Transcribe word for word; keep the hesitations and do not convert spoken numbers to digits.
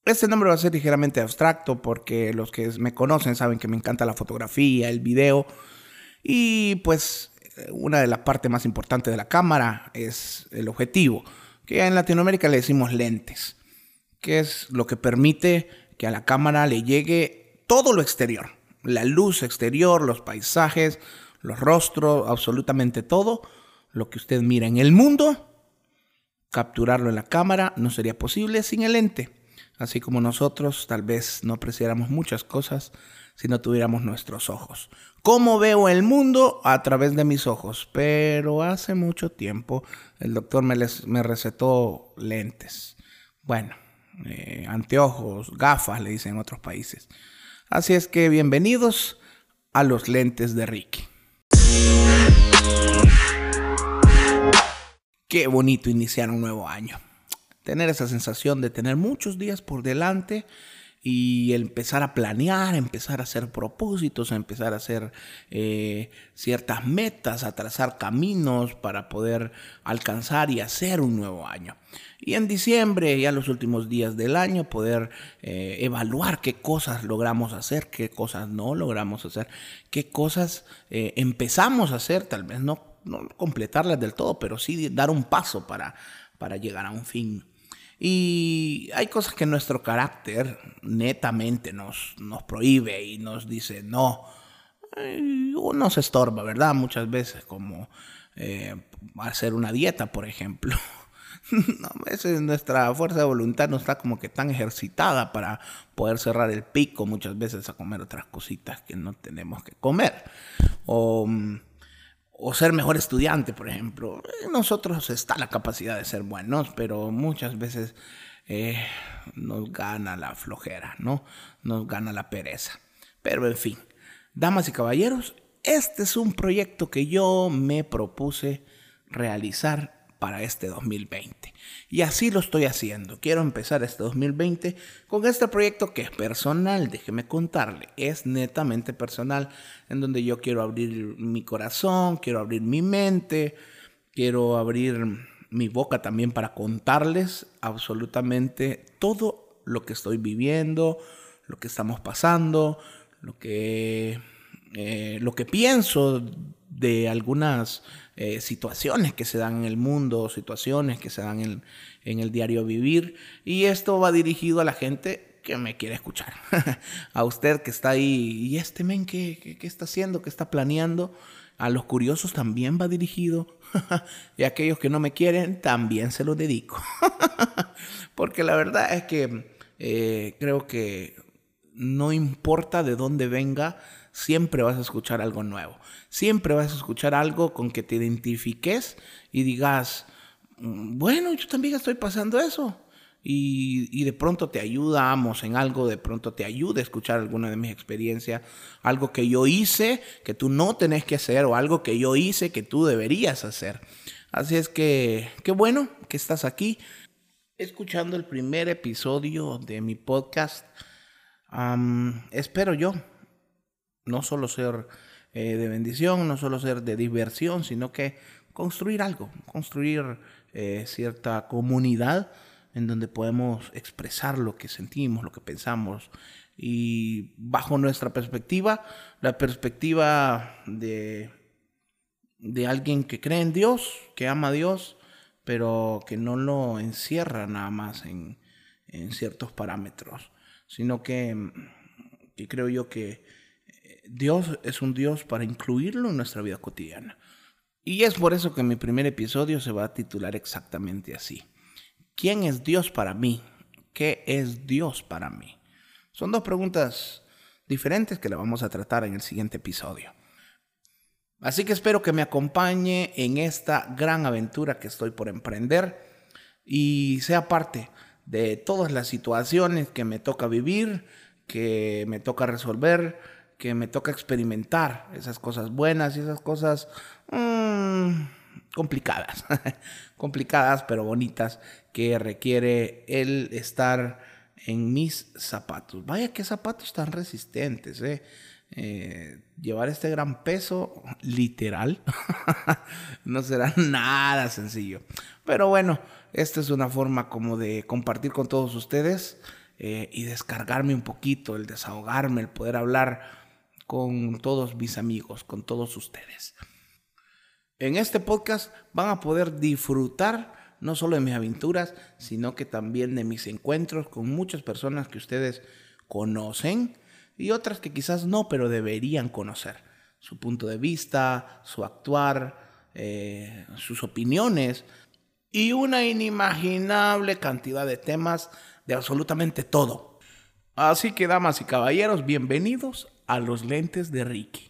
Este nombre va a ser ligeramente abstracto porque los que me conocen saben que me encanta la fotografía, el video y pues una de las partes más importantes de la cámara es el objetivo, que en Latinoamérica le decimos lentes, que es lo que permite que a la cámara le llegue todo lo exterior, la luz exterior, los paisajes, los rostros, absolutamente todo lo que usted mira en el mundo, capturarlo en la cámara no sería posible sin el lente. Así como nosotros tal vez no apreciáramos muchas cosas si no tuviéramos nuestros ojos. ¿Cómo veo el mundo? A través de mis ojos. Pero hace mucho tiempo el doctor me, les, me recetó lentes. Bueno, eh, anteojos, gafas le dicen en otros países. Así es que bienvenidos a los lentes de Ricky. Qué bonito iniciar un nuevo año. Tener esa sensación de tener muchos días por delante y empezar a planear, empezar a hacer propósitos, empezar a hacer eh, ciertas metas, a trazar caminos para poder alcanzar y hacer un nuevo año. Y en diciembre, ya los últimos días del año, poder eh, evaluar qué cosas logramos hacer, qué cosas no logramos hacer, qué cosas eh, empezamos a hacer, tal vez no, no completarlas del todo, pero sí dar un paso para, para llegar a un fin. Y hay cosas que nuestro carácter netamente nos, nos prohíbe y nos dice no. O nos estorba, ¿verdad? Muchas veces, como eh, hacer una dieta, por ejemplo. No, a veces nuestra fuerza de voluntad no está como que tan ejercitada para poder cerrar el pico muchas veces a comer otras cositas que no tenemos que comer. O... O ser mejor estudiante, por ejemplo. En nosotros está la capacidad de ser buenos, pero muchas veces eh, nos gana la flojera, ¿no? Nos gana la pereza. Pero en fin, damas y caballeros, este es un proyecto que yo me propuse realizar para este dos mil veinte. Y así lo estoy haciendo. Quiero empezar este dos mil veinte con este proyecto que es personal, déjeme contarle. Es netamente personal, en donde yo quiero abrir mi corazón, quiero abrir mi mente, quiero abrir mi boca también para contarles absolutamente todo lo que estoy viviendo, lo que estamos pasando, lo que, eh, lo que pienso de algunas eh, situaciones que se dan en el mundo, situaciones que se dan en, en el diario vivir. Y esto va dirigido a la gente que me quiere escuchar. A usted que está ahí, ¿y este men qué, qué, qué está haciendo? ¿Qué está planeando? A los curiosos también va dirigido. Y a aquellos que no me quieren, también se los dedico. Porque la verdad es que eh, creo que no importa de dónde venga, siempre vas a escuchar algo nuevo. Siempre vas a escuchar algo con que te identifiques y digas, bueno, yo también estoy pasando eso. Y, y de pronto te ayudamos en algo, de pronto te ayuda a escuchar alguna de mis experiencias, algo que yo hice que tú no tenés que hacer o algo que yo hice que tú deberías hacer. Así es que, qué bueno que estás aquí escuchando el primer episodio de mi podcast. Um, espero yo no solo ser eh, de bendición, no solo ser de diversión, sino que construir algo, construir eh, cierta comunidad en donde podemos expresar lo que sentimos, lo que pensamos y bajo nuestra perspectiva, la perspectiva de, de alguien que cree en Dios, que ama a Dios, pero que no lo encierra nada más en, en ciertos parámetros, sino que, que creo yo que Dios es un Dios para incluirlo en nuestra vida cotidiana. Y es por eso que mi primer episodio se va a titular exactamente así. ¿Quién es Dios para mí? ¿Qué es Dios para mí? Son dos preguntas diferentes que las vamos a tratar en el siguiente episodio. Así que espero que me acompañe en esta gran aventura que estoy por emprender y sea parte de todas las situaciones que me toca vivir, que me toca resolver, que me toca experimentar, esas cosas buenas y esas cosas mmm, complicadas, complicadas pero bonitas, que requiere el estar en mis zapatos. Vaya qué zapatos tan resistentes, ¿eh? Eh, llevar este gran peso literal no será nada sencillo, pero bueno, esta es una forma como de compartir con todos ustedes eh, y descargarme un poquito, el desahogarme, el poder hablar con todos mis amigos, con todos ustedes. En este podcast van a poder disfrutar no solo de mis aventuras, sino que también de mis encuentros con muchas personas que ustedes conocen y otras que quizás no, pero deberían conocer. Su punto de vista, su actuar, eh, sus opiniones y una inimaginable cantidad de temas de absolutamente todo. Así que, damas y caballeros, bienvenidos a Los Lentes de Ricky.